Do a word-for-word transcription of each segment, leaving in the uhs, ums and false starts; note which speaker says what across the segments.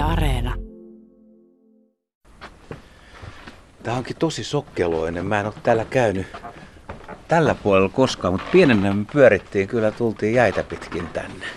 Speaker 1: Areena.
Speaker 2: Tämä onkin tosi sokkeloinen. Mä en ole täällä käynyt tällä puolella koskaan, mutta pienenä me pyörittiin, kyllä tultiin jäitä pitkin tänne.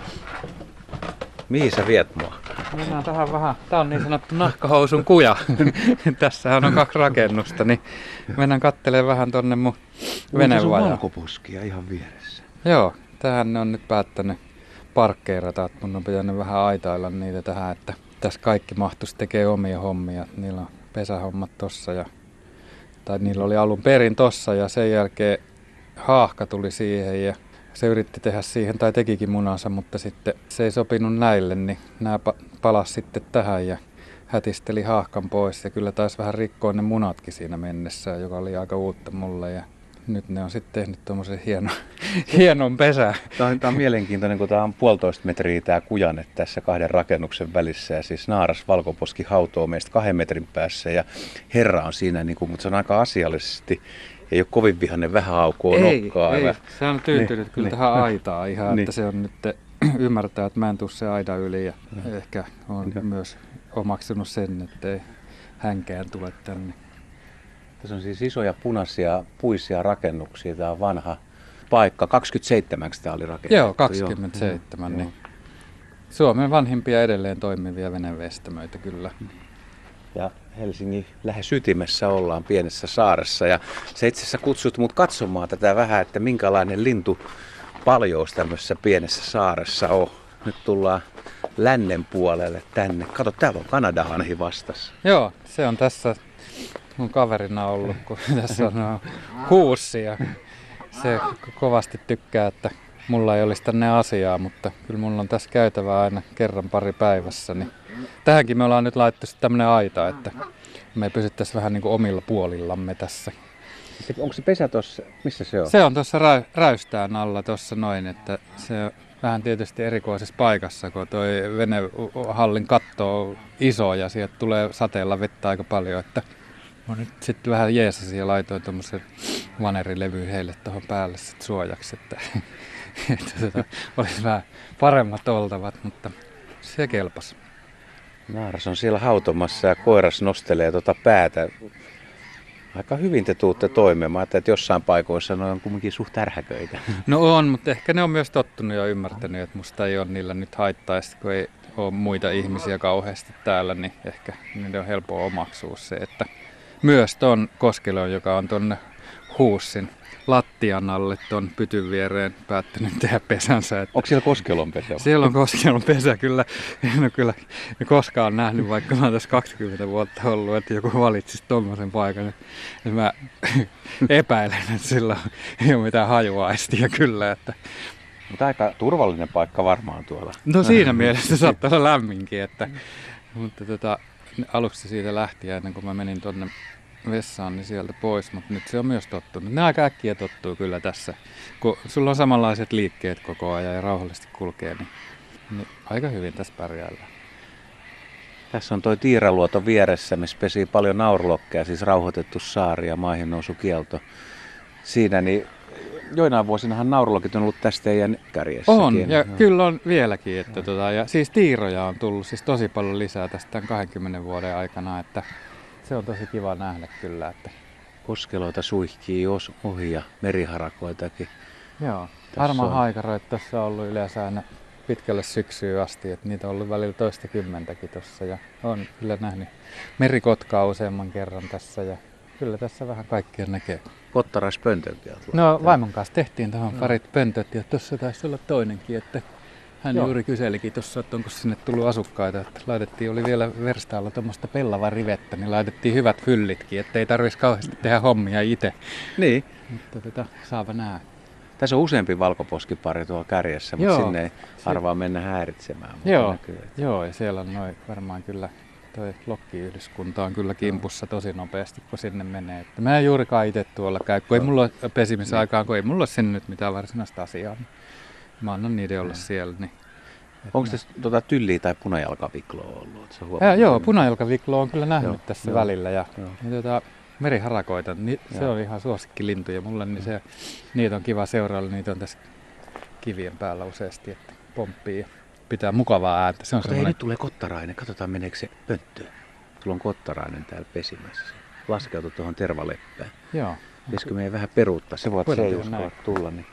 Speaker 2: Mihin sä viet mua?
Speaker 3: Mennään tähän vähän. Tää on niin sanottu nahkahousun kuja. Tässähän on kaksi rakennusta, niin mennään kattelemaan vähän tonne mun venevajaan.
Speaker 2: Tässä on valkoposkia ihan vieressä.
Speaker 3: Joo, tähän ne on nyt päättänyt parkkeerata, että mun on pitänyt vähän aitailla niitä tähän, että tässä kaikki mahtuisi tekee omia hommia. Niillä on pesähommat tossa ja, tai niillä oli alun perin tossa ja sen jälkeen haahka tuli siihen ja se yritti tehdä siihen tai tekikin munansa, mutta sitten se ei sopinut näille, niin nämä palasi sitten tähän ja hätisteli haahkan pois ja kyllä taisi vähän rikkoa ne munatkin siinä mennessä, joka oli aika uutta mulle ja nyt ne on sitten tehnyt tuommoisen hienon, hienon pesän.
Speaker 2: Tämä on, tämä on mielenkiintoinen, kun tämä on puolitoista metriä tämä kujanne tässä kahden rakennuksen välissä ja siis naaras valkoposki hautoo meistä kahden metrin päässä ja herra on siinä, niin kuin, mutta se on aika asiallisesti. Ei ole kovin vihainen, vähän aukoo
Speaker 3: ei,
Speaker 2: nokkaa.
Speaker 3: Ei, se on tyytynyt niin, kyllä niin, tähän aitaan ihan,
Speaker 2: niin.
Speaker 3: Että se on nyt ymmärtää, että mä en tule se aida yli ja mm. ehkä on mm. myös omaksunut sen, että ei hänkään tule tänne.
Speaker 2: Tässä on siis isoja punaisia puisia rakennuksia. Tämä on vanha paikka. kaksikymmentäseitsemän tämä oli rakennettu.
Speaker 3: Joo, kaksikymmentäseitsemän. Niin. Suomen vanhimpia edelleen toimivia venevestämöitä kyllä.
Speaker 2: Ja Helsingin lähes ytimessä ollaan pienessä saaressa. Ja sä itse asiassa kutsut mut katsomaan tätä vähän, että minkälainen lintupaljous tämmöisessä pienessä saaressa on. Nyt tullaan lännen puolelle tänne. Kato, täällä on kanadahanhi vastassa.
Speaker 3: Joo, se on tässä mun kaverina ollut, kun tässä on huussi ja se kovasti tykkää, että mulla ei olisi tänne asiaa, mutta kyllä mulla on tässä käytävää aina kerran pari päivässä. Niin tähänkin me ollaan nyt laittu tämmöinen aita, että me pysyttäisiin vähän niin kuin omilla puolillamme tässä.
Speaker 2: Onko se pesä tuossa? Missä se on?
Speaker 3: Se on tuossa ra- räystään alla tuossa noin, että se on vähän tietysti erikoisessa paikassa, kun toi venehallin katto on iso ja sieltä tulee sateella vettä aika paljon, että mä nyt sitten vähän jeesasin ja laitoin tuommoisen vanerilevyn heille tuohon päälle sit suojaksi, että, että tota, olisi vähän paremmat oltavat, mutta se kelpasi.
Speaker 2: Naaras on siellä hautomassa ja koiras nostelee tuota päätä. Aika hyvin te tuutte toimimaan, että jossain paikoissa ne on kumminkin suht ärhäköitä.
Speaker 3: No on, mutta ehkä ne on myös tottunut ja ymmärtänyt, että musta ei ole niillä nyt haittaista, kun ei ole muita ihmisiä kauheasti täällä, niin ehkä niiden on helppoa omaksua se, että myös ton Koskelon, joka on tuonne huussin lattian alle tuon pytyn viereen päättänyt tehdä pesänsä. Että
Speaker 2: onko siellä Koskelon pesä?
Speaker 3: Siellä on Koskelon pesä, kyllä. En ole kyllä koskaan nähnyt, vaikka mä oon tässä kaksikymmentä vuotta ollut, että joku valitsisi tommosen paikan. Ja mä epäilen, että sillä ei ole mitään hajuaistia kyllä. Että
Speaker 2: mutta aika turvallinen paikka varmaan tuolla.
Speaker 3: No siinä mielessä saattaa olla lämminkin, että, mutta tota, aluksi siitä lähti ennen kuin mä menin tuonne vessaan, niin sieltä pois, mutta nyt se on myös tottunut. Ne aika äkkiä tottuu kyllä tässä. Kun sulla on samanlaiset liikkeet koko ajan ja rauhallisesti kulkee, niin, niin aika hyvin tässä pärjäällä.
Speaker 2: Tässä on toi Tiiraluoto vieressä, missä pesii paljon naurulokkeja, siis rauhoitettu saari ja maihinnousukielto. Siinä niin joinain vuosinahan naurulokit on ollut tästä teidän kärjessäkin.
Speaker 3: On, ja no. Kyllä on vieläkin. Että tota, ja siis tiiroja on tullut siis tosi paljon lisää tästä tämän kahdenkymmenen vuoden aikana, että se on tosi kiva nähdä kyllä. Että
Speaker 2: Koskeloita suihkii ohi ja meriharakoitakin.
Speaker 3: Joo, harmaa haikaroita tässä on ollut yleensä aina pitkälle syksyyn asti, että niitä on ollut välillä toista kymmentäkin tuossa ja on kyllä nähnyt merikotkaa useamman kerran tässä ja kyllä tässä vähän kaikkea näkee.
Speaker 2: Kottaraispöntöt.
Speaker 3: No vaimon kanssa tehtiin tähän parit pöntöt ja tuossa taisi olla toinenkin, että hän Joo. juuri kyselikin tuossa, että onko sinne tullut asukkaita, että laitettiin, oli vielä verstaalla tuommoista pellavarivettä, niin laitettiin hyvät fyllitkin, ettei tarvitsisi kauheasti tehdä hommia itse.
Speaker 2: Niin.
Speaker 3: Mutta tätä saava nää.
Speaker 2: Tässä on useampi valkoposkipari tuolla kärjessä, mutta Joo. sinne ei harvaa mennä häiritsemään.
Speaker 3: Joo. Näkyy, että Joo, ja siellä on noin varmaan kyllä, toi lokkiyhdyskunta on kyllä kimpussa tosi nopeasti, kun sinne menee. Että mä en juurikaan itse tuolla käy, kun ei mulla ole pesimisaikaan, kun ei mulla ole sinne nyt mitään varsinaista asiaa. Mä annan niiden olla siellä. Niin,
Speaker 2: onko tässä tuota tylliä tai punajalkavikloa ollut?
Speaker 3: Ja, joo, punajalkaviklo on kyllä nähnyt joo, tässä joo, välillä. Ja, ja tuota, meriharakoita, niin se on ihan suosikkilintuja mulle, niin se, niitä on kiva seurailla. Niitä on tässä kivien päällä useasti, että pomppii. pitää mukavaa ääntä. Se on
Speaker 2: Mutta hei,
Speaker 3: semmoinen...
Speaker 2: nyt tulee kottarainen. Katsotaan meneekö se pönttöön. Tuolla on kottarainen täällä pesimässä. Laskeutu tuohon tervaleppään.
Speaker 3: Joo.
Speaker 2: Pitäisikö meidän vähän peruuttaa? Se voi, että se ei uskalla tulla. Niin...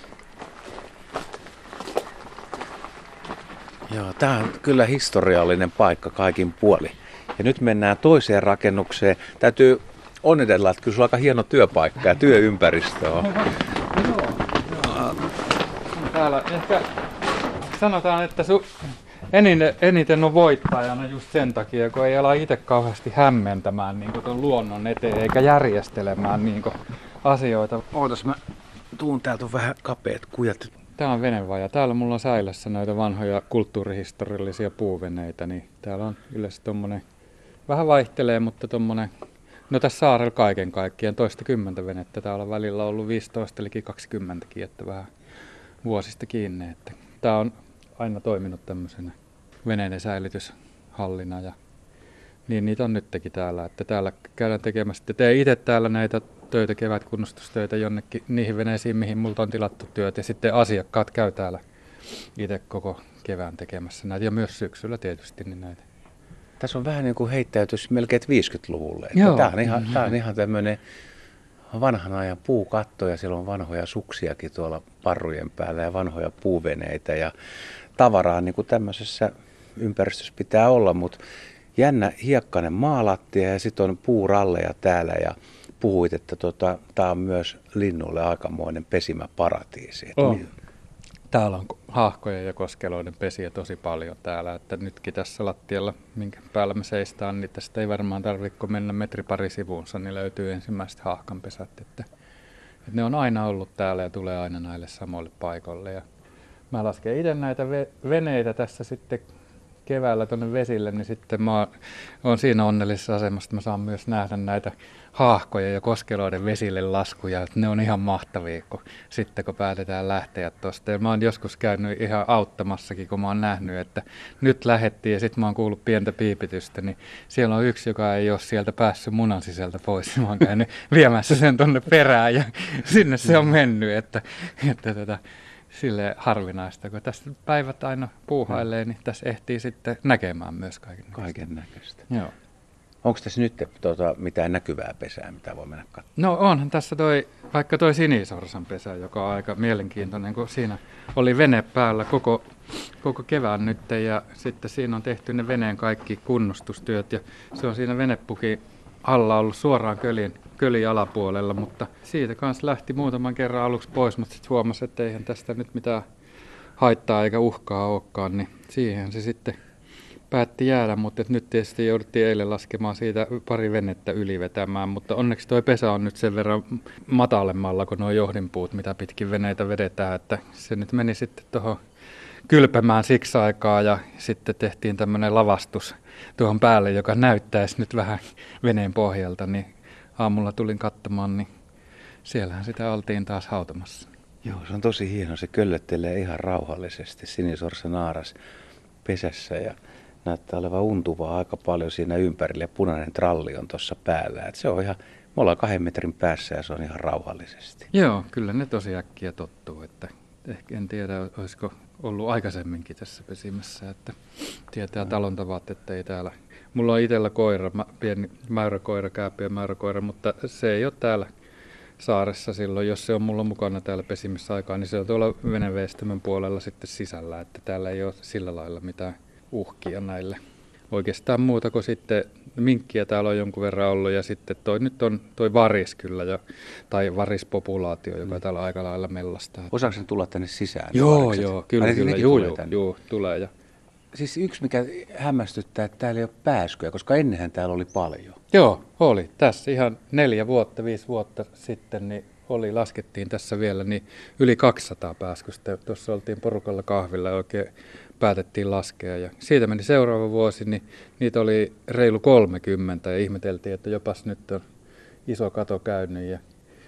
Speaker 2: Joo, tää on kyllä historiallinen paikka kaikin puoli. Ja nyt mennään toiseen rakennukseen. Täytyy onnitella, että kyllä sulla on aika hieno työpaikka ja työympäristö on.
Speaker 3: Joo, joo. Täällä ehkä sanotaan, että su eniten, eniten on voittajana just sen takia, kun ei ala itse kauheasti hämmentämään niin tuon luonnon eteen eikä järjestelemään niin asioita.
Speaker 2: Ootas, mä tuun täältä on vähän kapeat kujat.
Speaker 3: Tää on venevaja. Täällä mulla on säilässä näitä vanhoja kulttuurihistoriallisia puuveneitä, niin täällä on yleensä tommonen, vähän vaihtelee, mutta tommonen, no tässä saarella kaiken kaikkiaan toista kymmentä venettä. Täällä on välillä ollut viisitoista eli kaksikymmentäkin, että vähän vuosista kiinni. Että tää on aina toiminut tämmöisenä veneiden säilytyshallina ja niin niitä on nytkin täällä, että täällä käydään tekemässä. Teen itse täällä näitä töitä, kevätkunnostustöitä jonnekin niihin veneisiin, mihin multa on tilattu työt ja sitten asiakkaat käy täällä itse koko kevään tekemässä näitä ja myös syksyllä tietysti niin näitä.
Speaker 2: Tässä on vähän niin kuin heittäytys melkein viisikymmentäluvulle. Tämä on ihan, tää on ihan tämmöinen vanhan ajan puukatto ja siellä on vanhoja suksiakin tuolla parrujen päällä ja vanhoja puuveneitä ja tavaraa niin kuin tämmöisessä ympäristössä pitää olla, mutta jännä hiekkainen maalattia ja sitten on puuralleja täällä ja puhuit, että tota, tämä on myös linnuille aikamoinen pesimäparatiisi.
Speaker 3: Oh. Täällä on haahkojen ja koskeloiden pesiä tosi paljon täällä, että nytkin tässä lattialla, minkä päällä me seistään, niin tästä ei varmaan tarvitse mennä metri pari sivuunsa, niin löytyy ensimmäiset haahkanpesät. Että, että ne on aina ollut täällä ja tulee aina näille samoille paikoille. Ja mä lasken itse näitä veneitä tässä sitten keväällä tuonne vesille, niin sitten mä oon siinä onnellisessa asemassa, että mä saan myös nähdä näitä haahkoja ja koskeloiden vesille laskuja, että ne on ihan mahtavia, kun sitten kun päätetään lähteä tuosta. Ja mä oon joskus käynyt ihan auttamassakin, kun mä oon nähnyt, että nyt lähettiin ja sitten mä oon kuullut pientä piipitystä, niin siellä on yksi, joka ei ole sieltä päässyt munan sisältä pois. Mä oon käynyt viemässä sen tonne perään ja sinne se on mennyt, että, että tota, silleen harvinaista, kun tässä päivät aina puuhailee, niin tässä ehtii sitten näkemään myös kaiken näköistä.
Speaker 2: Kaiken näköistä.
Speaker 3: Joo.
Speaker 2: Onko tässä nyt tuota, mitään näkyvää pesää, mitä voi mennä katsomaan?
Speaker 3: No onhan tässä toi, vaikka toi sinisorsan pesä, joka on aika mielenkiintoinen, kun siinä oli vene päällä koko, koko kevään nyt ja sitten siinä on tehty ne veneen kaikki kunnostustyöt ja se on siinä venepukin alla ollut suoraan kölin, kölin alapuolella, mutta siitä kanssa lähti muutaman kerran aluksi pois, mutta sitten huomasi, että eihän tästä nyt mitään haittaa eikä uhkaa olekaan, niin siihen se sitten päätti jäädä, mutta nyt tietysti jouduttiin eilen laskemaan siitä pari venettä ylivetämään, mutta onneksi tuo pesä on nyt sen verran matalemmalla kuin nuo johdinpuut, mitä pitkin veneitä vedetään, että se nyt meni sitten tuohon kylpemään siksi aikaa ja sitten tehtiin tämmöinen lavastus tuohon päälle, joka näyttäisi nyt vähän veneen pohjalta, niin aamulla tulin katsomaan, niin siellähän sitä oltiin taas hautamassa.
Speaker 2: Joo, se on tosi hieno, se köllöttelee ihan rauhallisesti sinisorsa naaras pesässä ja näyttää olevan untuvaa aika paljon siinä ympärillä ja punainen tralli on tuossa päällä. Et se on ihan, me ollaan kahden metrin päässä ja se on ihan rauhallisesti.
Speaker 3: Joo, kyllä ne tosi äkkiä tottuu, että ehkä en tiedä, olisiko ollut aikaisemminkin tässä pesimässä, että tietää talon tavat, että ei täällä. Mulla on itsellä koira, pieni mäyräkoira, kääpiö mäyräkoira, mutta se ei ole täällä saaressa silloin, jos se on mulla mukana täällä pesimissä aikaa, niin se on tuolla veneveistämön puolella sitten sisällä, että täällä ei ole sillä lailla mitään uhkia näille. Oikeastaan muuta kuin sitten minkkiä täällä on jonkun verran ollut ja sitten toi nyt on toi varis kyllä, ja, tai varispopulaatio, joka mm. täällä aika lailla mellastaa.
Speaker 2: Osaako sen tulla tänne sisään?
Speaker 3: Joo,
Speaker 2: varikset?
Speaker 3: joo, kyllä,
Speaker 2: Aina
Speaker 3: kyllä, joo, joo, joo, tulee. Ja.
Speaker 2: Siis yksi mikä hämmästyttää, että täällä ei ole pääskyjä, koska ennenhän täällä oli paljon.
Speaker 3: Joo, oli. Tässä ihan neljä vuotta, viisi vuotta sitten niin oli, laskettiin tässä vielä niin yli kaksisataa pääskystä. Tuossa oltiin porukalla kahvilla ja oikein päätettiin laskea. Ja siitä meni seuraava vuosi, niin niitä oli reilu kolmekymmentä ja ihmeteltiin, että jopas nyt on iso kato käynyt. Ja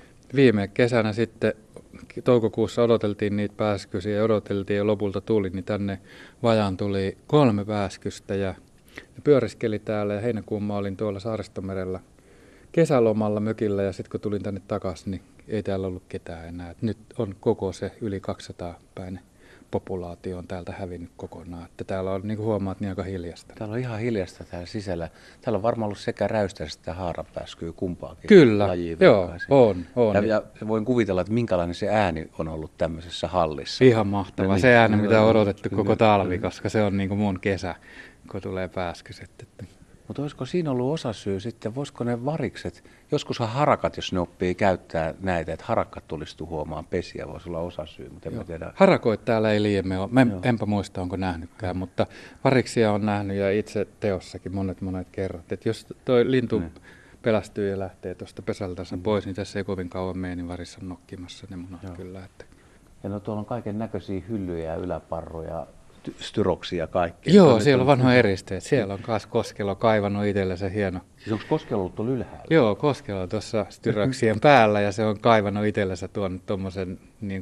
Speaker 3: viime kesänä sitten toukokuussa odoteltiin niitä pääskysiä ja odoteltiin ja lopulta tuli, niin tänne vajaan tuli kolme pääskystä ja ne pyöriskeli täällä ja heinäkuun mä olin tuolla Saaristomerellä kesälomalla mökillä ja sitten kun tulin tänne takaisin, niin ei täällä ollut ketään enää. Et nyt on koko se yli kaksisataa päinen populaatio on täältä hävinnyt kokonaan. Että täällä on, niin kuin huomaat, niin aika hiljasta.
Speaker 2: Täällä on ihan hiljasta täällä sisällä. Täällä on varmaan ollut sekä räystäistä että haarapääskyä kumpaakin
Speaker 3: Kyllä,
Speaker 2: lajia
Speaker 3: joo,
Speaker 2: takaisin.
Speaker 3: on. on.
Speaker 2: Ja, ja voin kuvitella, että minkälainen se ääni on ollut tämmöisessä hallissa.
Speaker 3: Ihan mahtava.
Speaker 2: No,
Speaker 3: se ääni,
Speaker 2: niin,
Speaker 3: mitä on
Speaker 2: no,
Speaker 3: odotettu
Speaker 2: no,
Speaker 3: koko
Speaker 2: no,
Speaker 3: talvi,
Speaker 2: no.
Speaker 3: koska se on niin kuin mun kesä, kun tulee pääskyset. Että...
Speaker 2: Mutta olisiko siinä ollut osasyy sitten, voisiko ne varikset, joskushan harakat, jos ne oppii käyttää näitä, että harakkat tulisi tuhoamaan pesiä, voisi olla osasyy, mutta en mä tiedä.
Speaker 3: Harakoit täällä ei liiemme ole. Mä en,
Speaker 2: Joo.
Speaker 3: enpä muista, onko nähnytkään, mutta variksia on nähnyt ja itse teossakin monet monet kerrat. Että jos toi lintu
Speaker 2: Mm.
Speaker 3: pelästyy ja lähtee tuosta pesältänsä pois, niin tässä ei kovin kauan mene, niin varissa on nokkimassa ne munat
Speaker 2: Joo.
Speaker 3: kyllä. Että...
Speaker 2: Ja no tuolla on kaiken näköisiä hyllyjä ja yläparroja, ty- styroksia ja kaikkea.
Speaker 3: Joo,
Speaker 2: Tuo
Speaker 3: siellä on
Speaker 2: nyt
Speaker 3: vanhoja eristeet. Siellä on myös Koskelo kaivannut itsellensä hieno.
Speaker 2: Siis onko Koskelo ollut tuolla ylhäällä?
Speaker 3: Joo, Koskelo on tuossa styroksien päällä ja se on kaivannut itsellensä tuon tuommoisen niin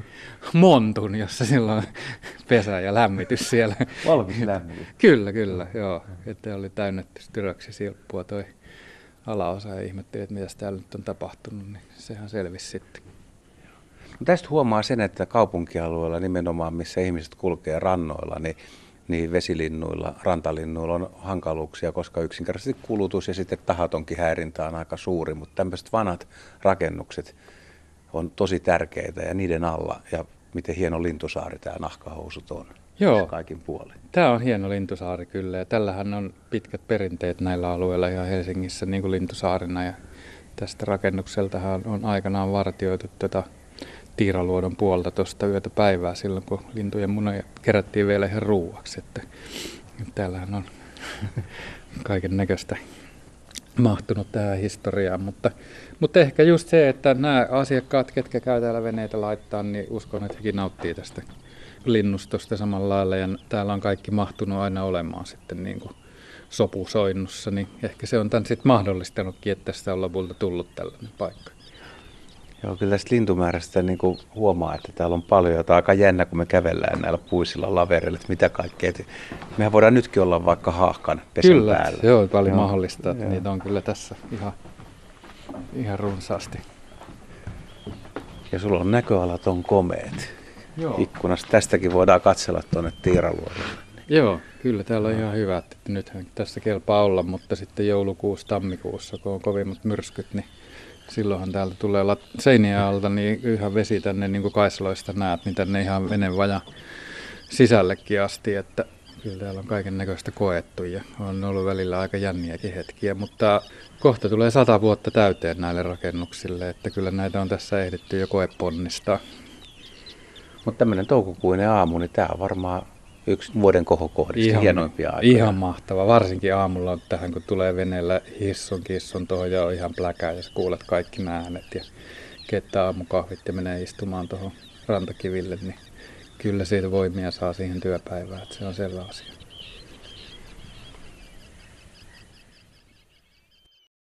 Speaker 3: montun, jossa sillä on pesä ja lämmitys siellä.
Speaker 2: Valmis lämmitys.
Speaker 3: Kyllä, kyllä, joo. Että oli täynnetty styroksisilppua toi alaosa ja ihmetteli, että mitä täällä nyt on tapahtunut, niin sehän selvisi sitten.
Speaker 2: No tästä huomaa sen, että kaupunkialueella nimenomaan, missä ihmiset kulkee rannoilla, niin, niin vesilinnuilla, rantalinnuilla on hankaluuksia, koska yksinkertaisesti kulutus ja sitten tahatonkin häirintä on aika suuri, mutta tämmöiset vanhat rakennukset on tosi tärkeitä ja niiden alla, ja miten hieno lintusaari tämä Nahkahousut on.
Speaker 3: Joo.
Speaker 2: Kaikin puolin.
Speaker 3: Tämä on hieno lintusaari kyllä ja tällähän on pitkät perinteet näillä alueilla ihan Helsingissä niin kuin lintusaarina ja tästä rakennukseltahan on aikanaan vartioitu tuota Tiiraluodon puolta tuosta yötä päivää silloin, kun lintujen munoja kerättiin vielä ihan ruuaksi. Että, että täällähän on kaiken näköistä mahtunut tähän historiaan, mutta, mutta ehkä just se, että nämä asiakkaat, ketkä käy täällä veneitä laittaa, niin uskon, että hekin nauttii tästä linnustosta samalla lailla ja täällä on kaikki mahtunut aina olemaan sitten niin kuin sopusoinnussa, niin ehkä se on tämän sitten mahdollistanutkin, että tästä on lopulta tullut tällainen paikka.
Speaker 2: Joo, kyllä tästä lintumäärästä niin kuin huomaa, että täällä on paljon, jota aika jännä, kun me kävellään näillä puisilla lavereilla, että mitä kaikkea. Mehän voidaan nytkin olla vaikka haahkan pesän
Speaker 3: kyllä,
Speaker 2: päällä.
Speaker 3: se on paljon
Speaker 2: Joo.
Speaker 3: mahdollista, että
Speaker 2: Joo.
Speaker 3: niitä on kyllä tässä ihan, ihan runsaasti.
Speaker 2: Ja sulla on näköalat on komeet.
Speaker 3: Joo.
Speaker 2: Ikkunasta tästäkin voidaan katsella tuonne Tiiraluodolle.
Speaker 3: Joo, kyllä täällä on ihan hyvä, että nythän tässä kelpaa olla, mutta sitten joulukuussa, tammikuussa, kun on kovimmat myrskyt, niin silloinhan täältä tulee lat- seinien alta niin ihan vesi tänne, niin kuin Kaisloista näet, niin tänne ihan venevaja sisällekin asti, että kyllä täällä on kaiken näköistä koettu ja on ollut välillä aika jänniäkin hetkiä, mutta kohta tulee sata vuotta täyteen näille rakennuksille, että kyllä näitä on tässä ehditty jo koeponnistaa.
Speaker 2: Mutta tämmöinen toukokuinen aamu, niin tämä on varmaan yksi vuoden kohokohdista
Speaker 3: Ihan,
Speaker 2: hienoimpia aikoja.
Speaker 3: ihan mahtava, varsinkin aamulla tähän kun tulee veneellä hissun kissun tuohon ja on ihan pläkää ja sä kuulet kaikki nämä äänet ja keittää aamukahvit ja menee istumaan tuohon rantakiville, niin kyllä siitä voimia saa siihen työpäivään, että se on selvä asia.